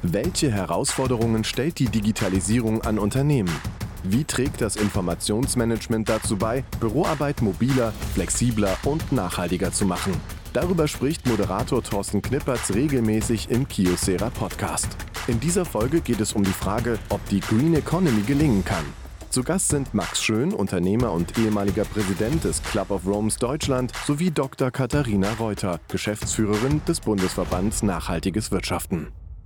Welche Herausforderungen stellt die Digitalisierung an Unternehmen? Wie trägt das Informationsmanagement dazu bei, Büroarbeit mobiler, flexibler und nachhaltiger zu machen? Darüber spricht Moderator Thorsten Knippertz regelmäßig im Kyocera Podcast. In dieser Folge geht es um die Frage, ob die Green Economy gelingen kann. Zu Gast sind Max Schön, Unternehmer und ehemaliger Präsident des Club of Rome Deutschland, sowie Dr. Katharina Reuter, Geschäftsführerin des Bundesverbands Nachhaltiges Wirtschaften.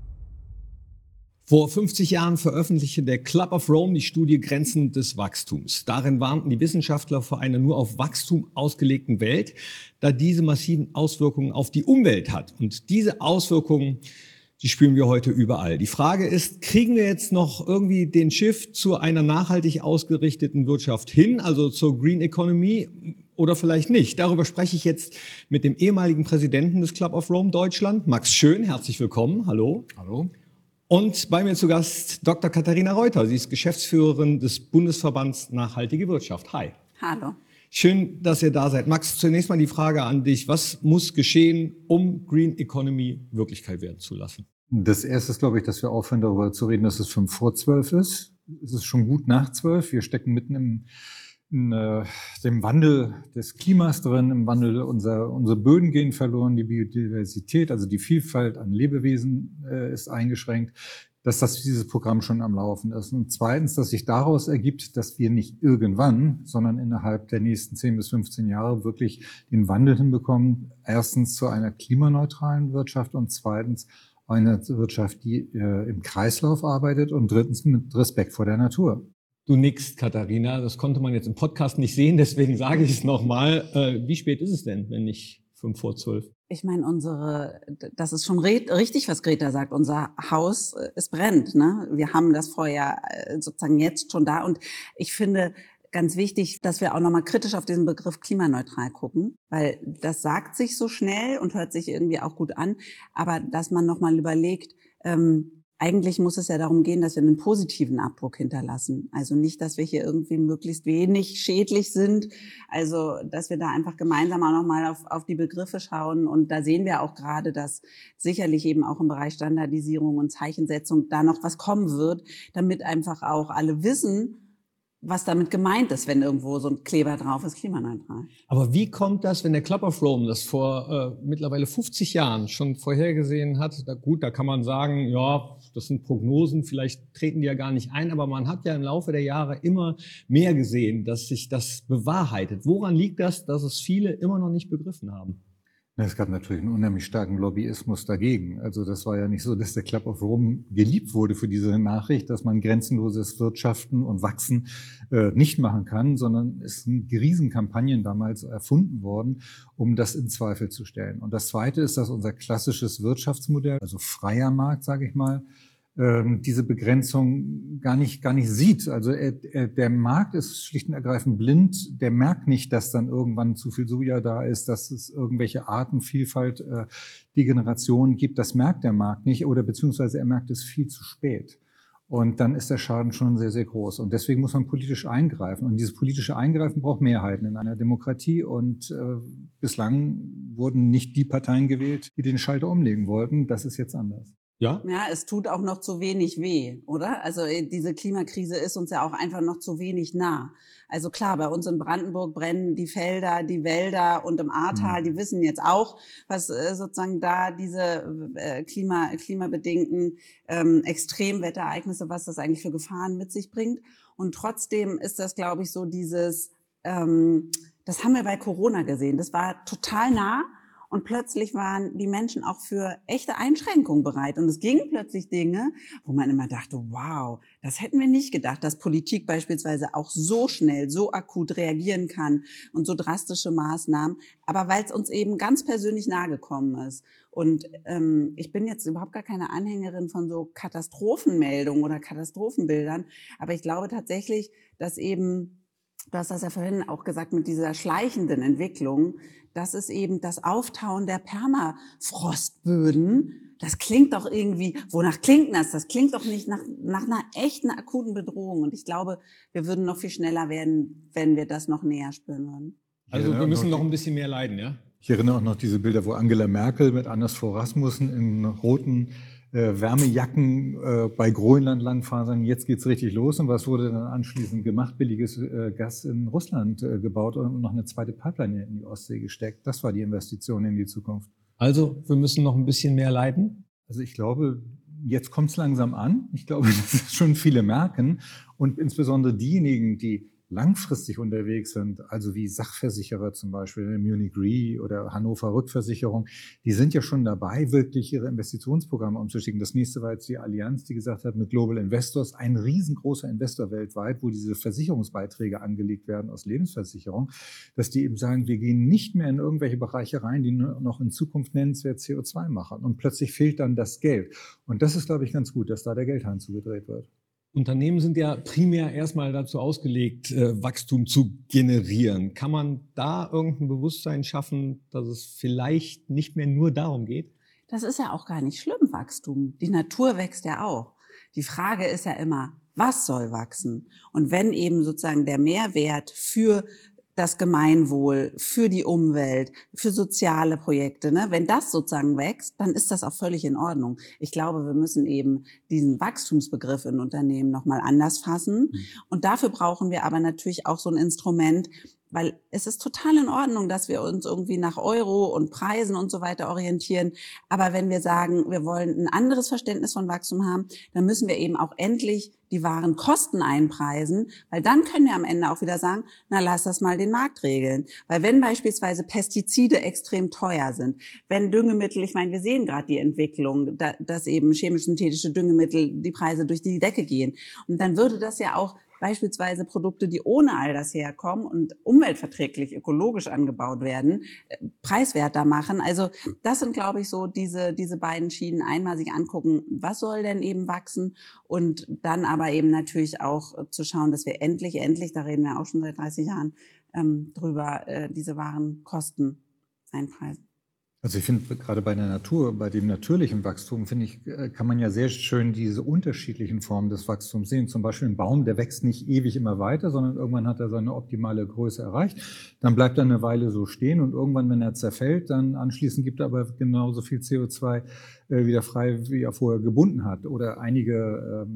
Vor 50 Jahren veröffentlichte der Club of Rome die Studie Grenzen des Wachstums. Darin warnten die Wissenschaftler vor einer nur auf Wachstum ausgelegten Welt, da diese massiven Auswirkungen auf die Umwelt hat. Und diese Auswirkungen, die spüren wir heute überall. Die Frage ist, kriegen wir jetzt noch irgendwie den Shift zu einer nachhaltig ausgerichteten Wirtschaft hin, also zur Green Economy, oder vielleicht nicht? Darüber spreche ich jetzt mit dem ehemaligen Präsidenten des Club of Rome Deutschland, Max Schön. Herzlich willkommen. Hallo. Hallo. Und bei mir zu Gast Dr. Katharina Reuter. Sie ist Geschäftsführerin des Bundesverbands Nachhaltige Wirtschaft. Hi. Hallo. Schön, dass ihr da seid. Max, zunächst mal die Frage an dich. Was muss geschehen, um Green Economy Wirklichkeit werden zu lassen? Das Erste ist, glaube ich, dass wir aufhören, darüber zu reden, dass es 5 vor 12 ist. Es ist schon gut nach 12. Wir stecken mitten in dem Wandel des Klimas drin, im Wandel unsere Böden gehen verloren, die Biodiversität, also die Vielfalt an Lebewesen ist eingeschränkt, dass dieses Programm schon am Laufen ist. Und zweitens, dass sich daraus ergibt, dass wir nicht irgendwann, sondern innerhalb der nächsten 10 bis 15 Jahre wirklich den Wandel hinbekommen. Erstens zu einer klimaneutralen Wirtschaft und zweitens eine Wirtschaft, die im Kreislauf arbeitet und drittens mit Respekt vor der Natur. Du nickst, Katharina. Das konnte man jetzt im Podcast nicht sehen, deswegen sage ich es nochmal. Wie spät ist es denn, wenn nicht 5 vor 12? Ich meine, das ist schon richtig, was Greta sagt. Unser Haus, es brennt, ne? Wir haben das Feuer sozusagen jetzt schon da. Und ich finde ganz wichtig, dass wir auch nochmal kritisch auf diesen Begriff klimaneutral gucken, weil das sagt sich so schnell und hört sich irgendwie auch gut an. Aber dass man nochmal überlegt, eigentlich muss es ja darum gehen, dass wir einen positiven Abdruck hinterlassen. Also nicht, dass wir hier irgendwie möglichst wenig schädlich sind. Also, dass wir da einfach gemeinsam auch nochmal auf die Begriffe schauen. Und da sehen wir auch gerade, dass sicherlich eben auch im Bereich Standardisierung und Zeichensetzung da noch was kommen wird, damit einfach auch alle wissen, was damit gemeint ist, wenn irgendwo so ein Kleber drauf ist, klimaneutral. Aber wie kommt das, wenn der Club of Rome das vor mittlerweile 50 Jahren schon vorhergesehen hat? Da kann man sagen, ja, das sind Prognosen, vielleicht treten die ja gar nicht ein, aber man hat ja im Laufe der Jahre immer mehr gesehen, dass sich das bewahrheitet. Woran liegt das, dass es viele immer noch nicht begriffen haben? Es gab natürlich einen unheimlich starken Lobbyismus dagegen. Also das war ja nicht so, dass der Club of Rome geliebt wurde für diese Nachricht, dass man grenzenloses Wirtschaften und Wachsen nicht machen kann, sondern es sind Riesenkampagnen damals erfunden worden, um das in Zweifel zu stellen. Und das Zweite ist, dass unser klassisches Wirtschaftsmodell, also freier Markt, sage ich mal, diese Begrenzung gar nicht sieht. Also der Markt ist schlicht und ergreifend blind. Der merkt nicht, dass dann irgendwann zu viel Soja da ist, dass es irgendwelche Artenvielfalt, Degeneration gibt. Das merkt der Markt nicht oder beziehungsweise er merkt es viel zu spät. Und dann ist der Schaden schon sehr, sehr groß. Und deswegen muss man politisch eingreifen. Und dieses politische Eingreifen braucht Mehrheiten in einer Demokratie. Und bislang wurden nicht die Parteien gewählt, die den Schalter umlegen wollten. Das ist jetzt anders. Ja? Ja, es tut auch noch zu wenig weh, oder? Also diese Klimakrise ist uns ja auch einfach noch zu wenig nah. Also klar, bei uns in Brandenburg brennen die Felder, die Wälder und im Ahrtal, die wissen jetzt auch, was sozusagen da diese klimabedingten Extremwetterereignisse, was das eigentlich für Gefahren mit sich bringt. Und trotzdem ist das, glaube ich, so dieses, das haben wir bei Corona gesehen, das war total nah. Und plötzlich waren die Menschen auch für echte Einschränkungen bereit. Und es gingen plötzlich Dinge, wo man immer dachte, wow, das hätten wir nicht gedacht, dass Politik beispielsweise auch so schnell, so akut reagieren kann und so drastische Maßnahmen. Aber weil es uns eben ganz persönlich nahegekommen ist. Und ich bin jetzt überhaupt gar keine Anhängerin von so Katastrophenmeldungen oder Katastrophenbildern. Aber ich glaube tatsächlich, dass eben, du hast das ja vorhin auch gesagt, mit dieser schleichenden Entwicklung, das ist eben das Auftauen der Permafrostböden. Das klingt doch irgendwie, wonach klingt das? Das klingt doch nicht nach einer echten akuten Bedrohung. Und ich glaube, wir würden noch viel schneller werden, wenn wir das noch näher spüren würden. Also wir müssen noch ein bisschen mehr leiden, ja? Ich erinnere auch noch diese Bilder, wo Angela Merkel mit Anders Fogh Rasmussen in roten Wärmejacken bei Grönland langfahren, jetzt geht's richtig los. Und was wurde dann anschließend gemacht? Billiges Gas in Russland gebaut und noch eine zweite Pipeline in die Ostsee gesteckt. Das war die Investition in die Zukunft. Also wir müssen noch ein bisschen mehr leiden? Also ich glaube, jetzt kommt es langsam an. Ich glaube, dass schon viele merken und insbesondere diejenigen, die langfristig unterwegs sind, also wie Sachversicherer zum Beispiel, Munich Re oder Hannover Rückversicherung, die sind ja schon dabei, wirklich ihre Investitionsprogramme umzuschicken. Das nächste war jetzt die Allianz, die gesagt hat, mit Global Investors, ein riesengroßer Investor weltweit, wo diese Versicherungsbeiträge angelegt werden aus Lebensversicherung, dass die eben sagen, wir gehen nicht mehr in irgendwelche Bereiche rein, die nur noch in Zukunft nennenswert CO2 machen. Und plötzlich fehlt dann das Geld. Und das ist, glaube ich, ganz gut, dass da der Geldhahn zugedreht wird. Unternehmen sind ja primär erstmal dazu ausgelegt, Wachstum zu generieren. Kann man da irgendein Bewusstsein schaffen, dass es vielleicht nicht mehr nur darum geht? Das ist ja auch gar nicht schlimm, Wachstum. Die Natur wächst ja auch. Die Frage ist ja immer, was soll wachsen? Und wenn eben sozusagen der Mehrwert für das Gemeinwohl, für die Umwelt, für soziale Projekte, ne? Wenn das sozusagen wächst, dann ist das auch völlig in Ordnung. Ich glaube, wir müssen eben diesen Wachstumsbegriff in Unternehmen nochmal anders fassen. Und dafür brauchen wir aber natürlich auch so ein Instrument, weil es ist total in Ordnung, dass wir uns irgendwie nach Euro und Preisen und so weiter orientieren. Aber wenn wir sagen, wir wollen ein anderes Verständnis von Wachstum haben, dann müssen wir eben auch endlich die wahren Kosten einpreisen, weil dann können wir am Ende auch wieder sagen, na, lass das mal den Markt regeln. Weil wenn beispielsweise Pestizide extrem teuer sind, wenn Düngemittel, ich meine, wir sehen gerade die Entwicklung, dass eben chemisch-synthetische Düngemittel die Preise durch die Decke gehen. Und dann würde das ja auch beispielsweise Produkte, die ohne all das herkommen und umweltverträglich, ökologisch angebaut werden, preiswerter machen. Also das sind, glaube ich, so diese beiden Schienen. Einmal sich angucken, was soll denn eben wachsen und dann aber eben natürlich auch zu schauen, dass wir endlich, da reden wir auch schon seit 30 Jahren drüber, diese wahren Kosten einpreisen. Also ich finde, gerade bei der Natur, bei dem natürlichen Wachstum, finde ich, kann man ja sehr schön diese unterschiedlichen Formen des Wachstums sehen. Zum Beispiel ein Baum, der wächst nicht ewig immer weiter, sondern irgendwann hat er seine optimale Größe erreicht. Dann bleibt er eine Weile so stehen und irgendwann, wenn er zerfällt, dann anschließend gibt er aber genauso viel CO2 wieder frei, wie er vorher gebunden hat. Oder einige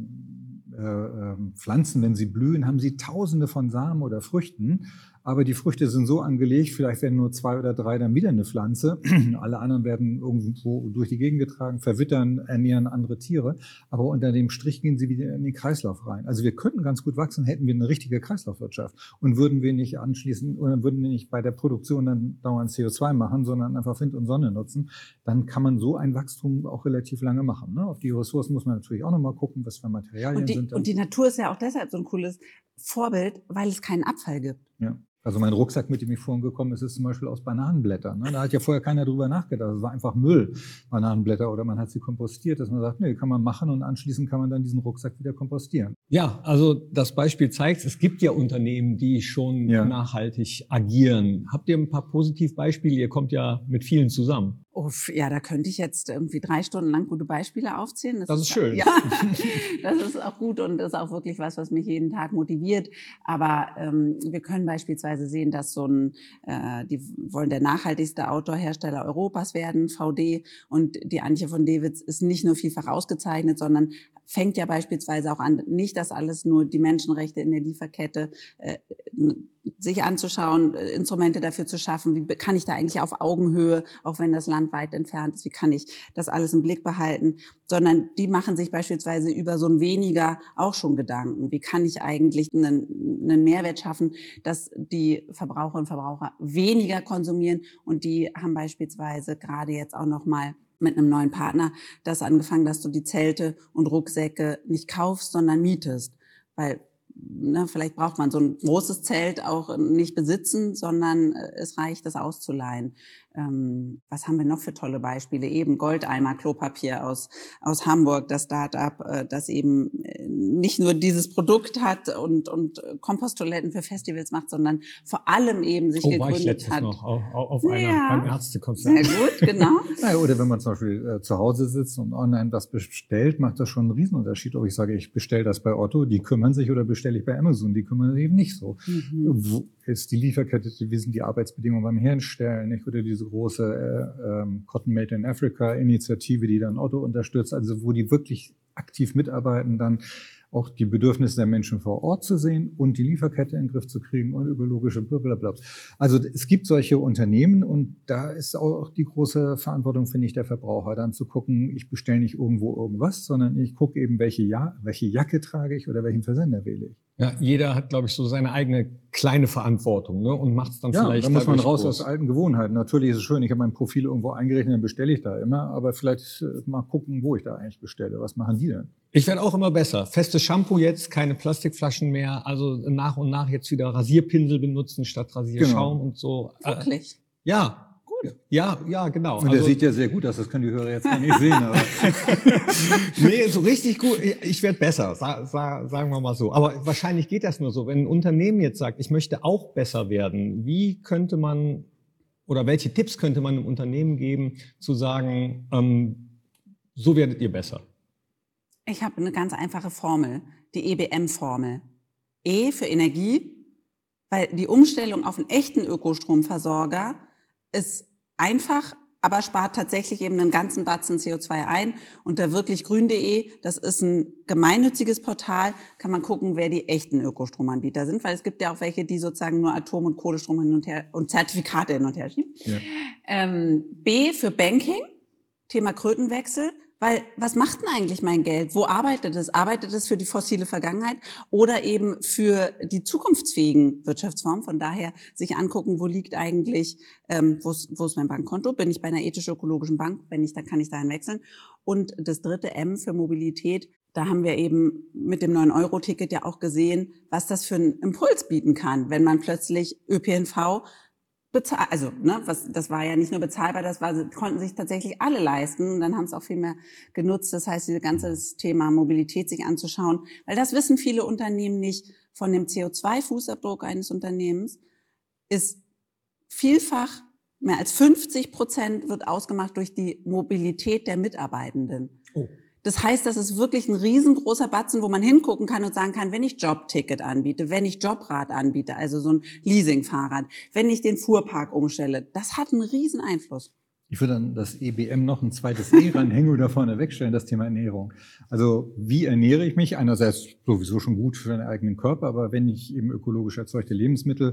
Pflanzen, wenn sie blühen, haben sie Tausende von Samen oder Früchten. Aber die Früchte sind so angelegt, vielleicht werden nur 2 oder 3 dann wieder eine Pflanze. Alle anderen werden irgendwo durch die Gegend getragen, verwittern, ernähren andere Tiere. Aber unter dem Strich gehen sie wieder in den Kreislauf rein. Also wir könnten ganz gut wachsen, hätten wir eine richtige Kreislaufwirtschaft. Und würden wir nicht anschließend, oder würden wir nicht bei der Produktion dann dauernd CO2 machen, sondern einfach Wind und Sonne nutzen, dann kann man so ein Wachstum auch relativ lange machen. Ne? Auf die Ressourcen muss man natürlich auch nochmal gucken, was für Materialien sind. Und die Natur ist ja auch deshalb so ein cooles Vorbild, weil es keinen Abfall gibt. Ja. Also mein Rucksack, mit dem ich vorhin gekommen ist zum Beispiel aus Bananenblättern. Ne? Da hat ja vorher keiner drüber nachgedacht. Das war einfach Müll, Bananenblätter, oder man hat sie kompostiert, dass man sagt, nee, kann man machen und anschließend kann man dann diesen Rucksack wieder kompostieren. Ja, also das Beispiel zeigt, es gibt ja Unternehmen, die schon nachhaltig agieren. Habt ihr ein paar Positivbeispiele? Ihr kommt ja mit vielen zusammen. Uff, ja, da könnte ich jetzt irgendwie 3 Stunden lang gute Beispiele aufzählen. Das ist schön. Ja, das ist auch gut und das ist auch wirklich was mich jeden Tag motiviert. Aber wir können beispielsweise sehen, dass die wollen der nachhaltigste Outdoor-Hersteller Europas werden, VD. Und die Antje von Dewitz ist nicht nur vielfach ausgezeichnet, sondern fängt ja beispielsweise auch an, nicht das alles nur die Menschenrechte in der Lieferkette sich anzuschauen, Instrumente dafür zu schaffen, wie kann ich da eigentlich auf Augenhöhe, auch wenn das Land weit entfernt ist, wie kann ich das alles im Blick behalten, sondern die machen sich beispielsweise über so ein Weniger auch schon Gedanken. Wie kann ich eigentlich einen Mehrwert schaffen, dass die Verbraucherinnen und Verbraucher weniger konsumieren, und die haben beispielsweise gerade jetzt auch nochmal mit einem neuen Partner das angefangen, dass du die Zelte und Rucksäcke nicht kaufst, sondern mietest, weil vielleicht braucht man so ein großes Zelt auch nicht besitzen, sondern es reicht, das auszuleihen. Was haben wir noch für tolle Beispiele? Eben Goldeimer Klopapier aus Hamburg, das Start-up, das eben nicht nur dieses Produkt hat und Komposttoiletten für Festivals macht, sondern vor allem eben sich gegründet hat. Noch auf einer beim Ärztekonzert. Sehr gut, genau. Ja, oder wenn man zum Beispiel zu Hause sitzt und online was bestellt, macht das schon einen Riesenunterschied, ob ich sage, ich bestelle das bei Otto, die kümmern sich, oder bestelle ich bei Amazon, die kümmern sich eben nicht so. ist die Lieferkette, wie sind die Arbeitsbedingungen beim Herstellen, nicht? Oder diese große Cotton Made in Africa Initiative, die dann Otto unterstützt, also wo die wirklich aktiv mitarbeiten, dann auch die Bedürfnisse der Menschen vor Ort zu sehen und die Lieferkette in den Griff zu kriegen und ökologische blablabla. Also es gibt solche Unternehmen und da ist auch die große Verantwortung, finde ich, der Verbraucher, dann zu gucken, ich bestelle nicht irgendwo irgendwas, sondern ich gucke eben, welche Jacke trage ich oder welchen Versender wähle ich. Ja, jeder hat, glaube ich, so seine eigene kleine Verantwortung, ne? Und macht es dann vielleicht. Ja, da muss man raus aus alten Gewohnheiten. Natürlich ist es schön, ich habe mein Profil irgendwo eingerechnet, dann bestelle ich da immer, aber vielleicht mal gucken, wo ich da eigentlich bestelle. Was machen die denn? Ich werde auch immer besser. Festes Shampoo jetzt, keine Plastikflaschen mehr, also nach und nach jetzt wieder Rasierpinsel benutzen statt Rasierschaum und so. Wirklich? Ja. Ja, genau. Und der sieht ja sehr gut aus, das können die Hörer jetzt gar nicht sehen. Aber nee, so richtig gut. Ich werde besser, sagen wir mal so. Aber wahrscheinlich geht das nur so. Wenn ein Unternehmen jetzt sagt, ich möchte auch besser werden, wie könnte man oder welche Tipps könnte man einem Unternehmen geben, zu sagen, so werdet ihr besser? Ich habe eine ganz einfache Formel, die EBM-Formel. E für Energie, weil die Umstellung auf einen echten Ökostromversorger ist einfach, aber spart tatsächlich eben einen ganzen Batzen CO2 ein. Unter wirklichgrün.de, das ist ein gemeinnütziges Portal, kann man gucken, wer die echten Ökostromanbieter sind, weil es gibt ja auch welche, die sozusagen nur Atom- und Kohlestrom hin und her und Zertifikate hin und her schieben. Ja. B für Banking, Thema Krötenwechsel. Weil was macht denn eigentlich mein Geld? Wo arbeitet es? Arbeitet es für die fossile Vergangenheit oder eben für die zukunftsfähigen Wirtschaftsformen? Von daher sich angucken, wo liegt eigentlich, wo ist mein Bankkonto? Bin ich bei einer ethisch-ökologischen Bank? Wenn nicht, dann kann ich dahin wechseln. Und das dritte M für Mobilität. Da haben wir eben mit dem 9-Euro-Ticket ja auch gesehen, was das für einen Impuls bieten kann, wenn man plötzlich ÖPNV also, ne, das war ja nicht nur bezahlbar, konnten sich tatsächlich alle leisten und dann haben es auch viel mehr genutzt. Das heißt, dieses ganze Thema Mobilität sich anzuschauen, weil das wissen viele Unternehmen nicht. Von dem CO2-Fußabdruck eines Unternehmens ist vielfach mehr als 50% wird ausgemacht durch die Mobilität der Mitarbeitenden. Oh. Das heißt, das ist wirklich ein riesengroßer Batzen, wo man hingucken kann und sagen kann, wenn ich Jobticket anbiete, wenn ich Jobrad anbiete, also so ein Leasingfahrrad, wenn ich den Fuhrpark umstelle, das hat einen riesen Einfluss. Ich würde dann das EBM noch ein zweites E ranhängen oder vorne wegstellen, das Thema Ernährung. Also wie ernähre ich mich? Einerseits sowieso schon gut für den eigenen Körper, aber wenn ich eben ökologisch erzeugte Lebensmittel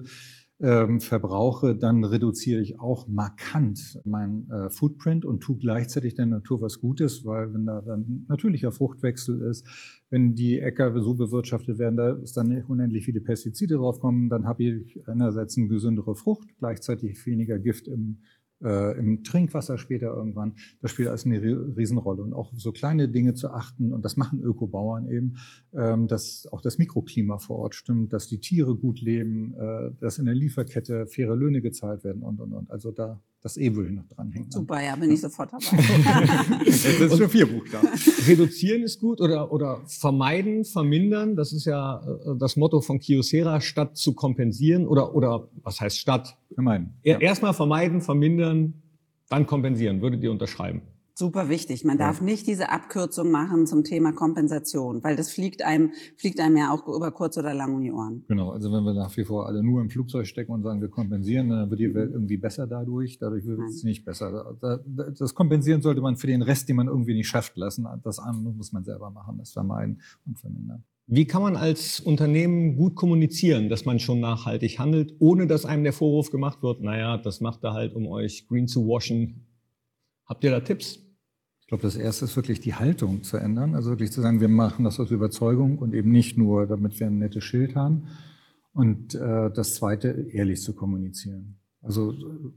verbrauche, dann reduziere ich auch markant mein Footprint und tue gleichzeitig der Natur was Gutes, weil wenn da dann natürlicher Fruchtwechsel ist, wenn die Äcker so bewirtschaftet werden, da ist dann unendlich viele Pestizide draufkommen, dann habe ich einerseits eine gesündere Frucht, gleichzeitig weniger Gift im Trinkwasser später irgendwann. Das spielt alles eine Riesenrolle. Und auch so kleine Dinge zu achten, und das machen Ökobauern eben, dass auch das Mikroklima vor Ort stimmt, dass die Tiere gut leben, dass in der Lieferkette faire Löhne gezahlt werden und. Also da das würde ich noch dranhängen. Super, ja, bin ich sofort dabei. Das ist schon 4 Buchstaben. Reduzieren ist gut oder vermeiden, vermindern, das ist ja das Motto von Kyocera, statt zu kompensieren oder was heißt statt? Vermeiden. Erstmal vermeiden, vermindern, dann kompensieren. Würdet ihr unterschreiben? Super wichtig. Man darf nicht diese Abkürzung machen zum Thema Kompensation, weil das fliegt einem ja auch über kurz oder lang um die Ohren. Genau, also wenn wir nach wie vor alle nur im Flugzeug stecken und sagen, wir kompensieren, dann wird die Welt irgendwie besser dadurch wird es nicht besser. Das Kompensieren sollte man für den Rest, den man irgendwie nicht schafft, lassen. Das andere muss man selber machen, das vermeiden und vermindern. Wie kann man als Unternehmen gut kommunizieren, dass man schon nachhaltig handelt, ohne dass einem der Vorwurf gemacht wird, naja, das macht er halt, um euch green zu washen. Habt ihr da Tipps? Ich glaube, das Erste ist wirklich die Haltung zu ändern. Also wirklich zu sagen, wir machen das aus Überzeugung und eben nicht nur, damit wir ein nettes Schild haben. Und das Zweite, ehrlich zu kommunizieren. Also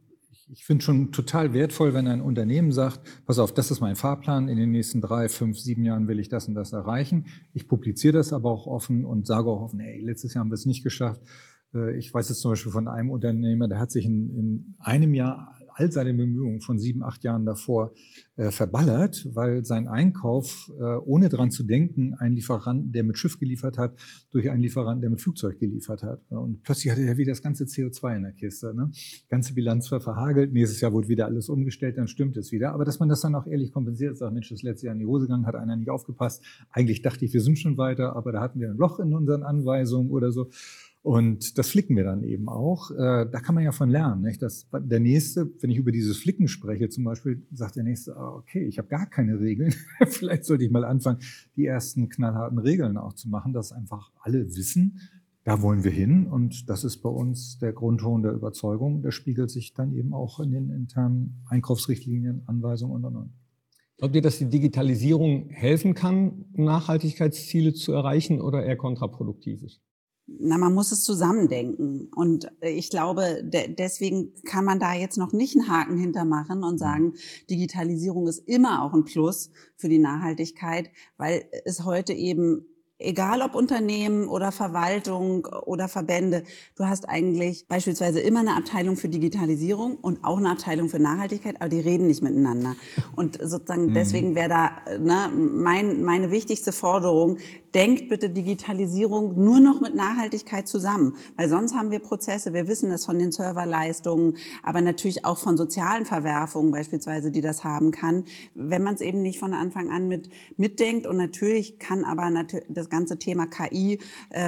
ich finde schon total wertvoll, wenn ein Unternehmen sagt, pass auf, das ist mein Fahrplan, in den nächsten 3, 5, 7 Jahren will ich das und das erreichen. Ich publiziere das aber auch offen und sage auch offen, hey, letztes Jahr haben wir es nicht geschafft. Ich weiß jetzt zum Beispiel von einem Unternehmer, der hat sich in einem Jahr all seine Bemühungen von 7, 8 Jahren davor verballert, weil sein Einkauf, ohne dran zu denken, einen Lieferanten, der mit Schiff geliefert hat, durch einen Lieferanten, der mit Flugzeug geliefert hat. Und plötzlich hatte er wieder das ganze CO2 in der Kiste. Ne? Ganze Bilanz war verhagelt. Nächstes Jahr wurde wieder alles umgestellt, dann stimmt es wieder. Aber dass man das dann auch ehrlich kompensiert, sagt, Mensch, das letzte Jahr in die Hose gegangen, hat einer nicht aufgepasst. Eigentlich dachte ich, wir sind schon weiter, aber da hatten wir ein Loch in unseren Anweisungen oder so. Und das flicken wir dann eben auch. Da kann man ja von lernen. Nicht? Der Nächste, wenn ich über dieses Flicken spreche zum Beispiel, sagt der Nächste, okay, ich habe gar keine Regeln. Vielleicht sollte ich mal anfangen, die ersten knallharten Regeln auch zu machen, dass einfach alle wissen, da wollen wir hin. Und das ist bei uns der Grundton der Überzeugung. Der spiegelt sich dann eben auch in den internen Einkaufsrichtlinien, Anweisungen und. Glaubt ihr, dass die Digitalisierung helfen kann, Nachhaltigkeitsziele zu erreichen oder eher kontraproduktiv ist? Na, man muss es zusammendenken. Und ich glaube, deswegen kann man da jetzt noch nicht einen Haken hintermachen und sagen, Digitalisierung ist immer auch ein Plus für die Nachhaltigkeit, weil es heute eben, egal ob Unternehmen oder Verwaltung oder Verbände, du hast eigentlich beispielsweise immer eine Abteilung für Digitalisierung und auch eine Abteilung für Nachhaltigkeit, aber die reden nicht miteinander. Und sozusagen deswegen wäre da meine wichtigste Forderung, denkt bitte Digitalisierung nur noch mit Nachhaltigkeit zusammen, weil sonst haben wir Prozesse, wir wissen das von den Serverleistungen, aber natürlich auch von sozialen Verwerfungen beispielsweise, die das haben kann, wenn man es eben nicht von Anfang an mitdenkt. Und natürlich kann aber das ganze Thema KI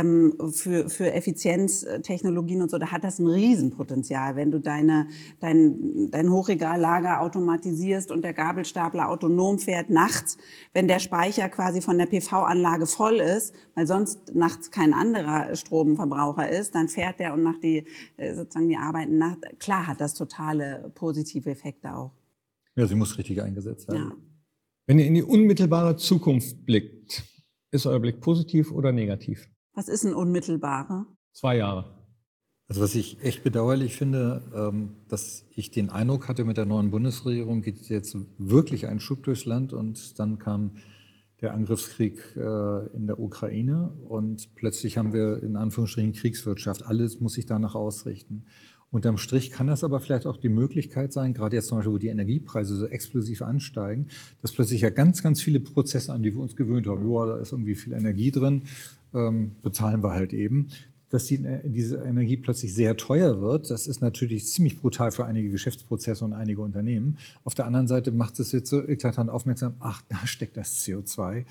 für Effizienztechnologien und so, da hat das ein Riesenpotenzial, wenn du dein Hochregallager automatisierst und der Gabelstapler autonom fährt nachts, wenn der Speicher quasi von der PV-Anlage voll ist, weil sonst nachts kein anderer Stromverbraucher ist, dann fährt der und macht die Arbeiten nach. Klar hat das totale positive Effekte auch. Ja, sie muss richtig eingesetzt werden. Ja. Wenn ihr in die unmittelbare Zukunft blickt, ist euer Blick positiv oder negativ? Was ist ein unmittelbarer? 2 Jahre. Also was ich echt bedauerlich finde, dass ich den Eindruck hatte, mit der neuen Bundesregierung geht jetzt wirklich ein Schub durchs Land und dann kam der Angriffskrieg in der Ukraine und plötzlich haben wir in Anführungsstrichen Kriegswirtschaft. Alles muss sich danach ausrichten. Unterm Strich kann das aber vielleicht auch die Möglichkeit sein, gerade jetzt zum Beispiel, wo die Energiepreise so explosiv ansteigen, dass plötzlich ja ganz, ganz viele Prozesse, an die wir uns gewöhnt haben, ja, da ist irgendwie viel Energie drin, bezahlen wir halt eben, dass diese Energie plötzlich sehr teuer wird. Das ist natürlich ziemlich brutal für einige Geschäftsprozesse und einige Unternehmen. Auf der anderen Seite macht es jetzt so eklatant aufmerksam, ach, da steckt das CO2.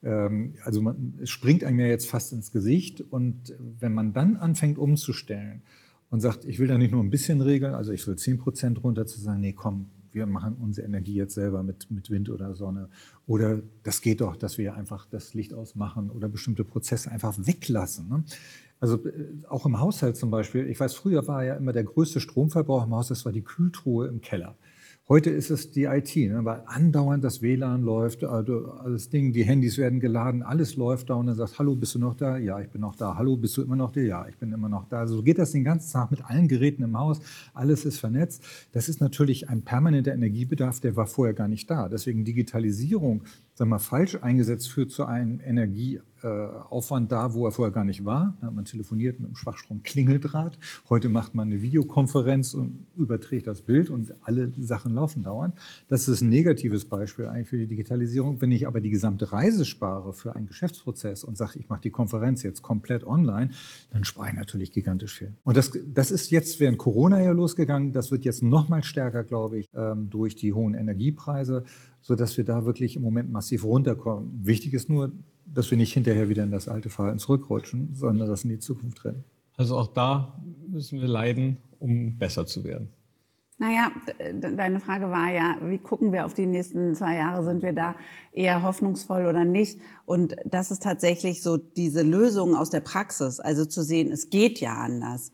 Also es springt einem ja jetzt fast ins Gesicht. Und wenn man dann anfängt umzustellen und sagt, ich will da nicht nur ein bisschen regeln, also ich will 10% runter, zu sagen, nee, komm, wir machen unsere Energie jetzt selber mit Wind oder Sonne. Oder das geht doch, dass wir einfach das Licht ausmachen oder bestimmte Prozesse einfach weglassen. Ne? Also auch im Haushalt zum Beispiel, ich weiß, früher war ja immer der größte Stromverbrauch im Haus, das war die Kühltruhe im Keller. Heute ist es die IT, ne, weil andauernd das WLAN läuft, alles Ding, die Handys werden geladen, alles läuft da und dann sagt, hallo, bist du noch da? Ja, ich bin noch da. Hallo, bist du immer noch da? Ja, ich bin immer noch da. Also so geht das den ganzen Tag mit allen Geräten im Haus, alles ist vernetzt. Das ist natürlich ein permanenter Energiebedarf, der war vorher gar nicht da. Deswegen Digitalisierung, sagen wir mal, falsch eingesetzt führt zu einem Energieaufwand da, wo er vorher gar nicht war. Da hat man telefoniert mit einem Schwachstrom-Klingeldraht. Heute macht man eine Videokonferenz und überträgt das Bild und alle Sachen laufen dauernd. Das ist ein negatives Beispiel eigentlich für die Digitalisierung. Wenn ich aber die gesamte Reise spare für einen Geschäftsprozess und sage, ich mache die Konferenz jetzt komplett online, dann spare ich natürlich gigantisch viel. Und das ist jetzt während Corona ja losgegangen. Das wird jetzt noch mal stärker, glaube ich, durch die hohen Energiepreise, sodass wir da wirklich im Moment massiv runterkommen. Wichtig ist nur, dass wir nicht hinterher wieder in das alte Verhalten zurückrutschen, sondern das in die Zukunft rennen. Also auch da müssen wir leiden, um besser zu werden. Naja, deine Frage war ja, wie gucken wir auf die nächsten 2 Jahre? Sind wir da eher hoffnungsvoll oder nicht? Und das ist tatsächlich so diese Lösung aus der Praxis, also zu sehen, es geht ja anders.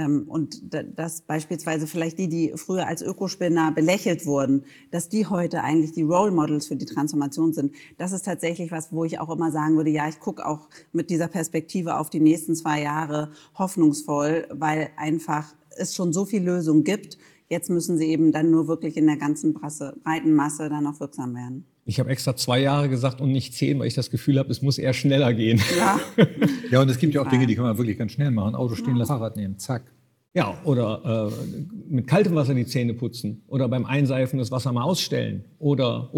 Und dass beispielsweise vielleicht die früher als Ökospinner belächelt wurden, dass die heute eigentlich die Role Models für die Transformation sind. Das ist tatsächlich was, wo ich auch immer sagen würde, ja, ich gucke auch mit dieser Perspektive auf die nächsten 2 Jahre hoffnungsvoll, weil einfach es schon so viel Lösung gibt. Jetzt müssen sie eben dann nur wirklich in der ganzen breiten Masse dann auch wirksam werden. Ich habe extra 2 Jahre gesagt und nicht 10, weil ich das Gefühl habe, es muss eher schneller gehen. Ja, ja, und es gibt ja auch Dinge, die kann man wirklich ganz schnell machen. Auto stehen lassen, Fahrrad nehmen, zack. Ja, oder mit kaltem Wasser die Zähne putzen oder beim Einseifen das Wasser mal ausstellen oder.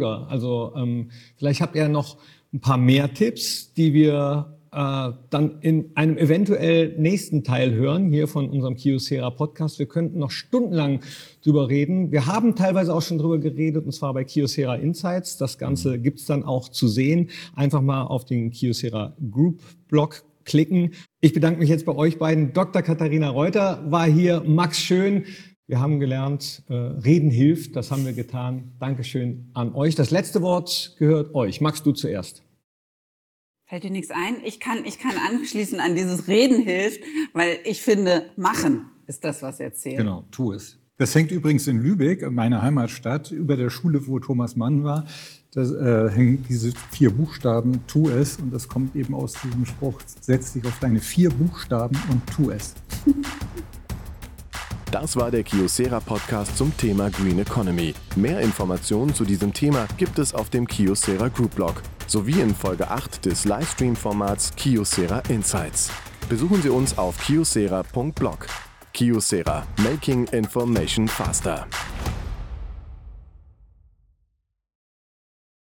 Also vielleicht habt ihr noch ein paar mehr Tipps, die wir dann in einem eventuell nächsten Teil hören, hier von unserem Kyocera Podcast. Wir könnten noch stundenlang drüber reden. Wir haben teilweise auch schon drüber geredet, und zwar bei Kyocera Insights. Das Ganze gibt's dann auch zu sehen. Einfach mal auf den Kyocera Group Blog klicken. Ich bedanke mich jetzt bei euch beiden. Dr. Katharina Reuter war hier, Max Schön. Wir haben gelernt, Reden hilft, das haben wir getan. Dankeschön an euch. Das letzte Wort gehört euch. Max, du zuerst. Fällt dir nichts ein? Ich kann anschließen an dieses Reden hilft, weil ich finde, machen ist das, was er zählt. Genau, tu es. Das hängt übrigens in Lübeck, meiner Heimatstadt, über der Schule, wo Thomas Mann war. Da hängen diese 4 Buchstaben, tu es. Und das kommt eben aus diesem Spruch, setz dich auf deine 4 Buchstaben und tu es. Das war der Kyocera-Podcast zum Thema Green Economy. Mehr Informationen zu diesem Thema gibt es auf dem Kyocera Group Blog sowie in Folge 8 des Livestream-Formats Kyocera Insights. Besuchen Sie uns auf kyocera.blog. Kyocera – Making Information Faster.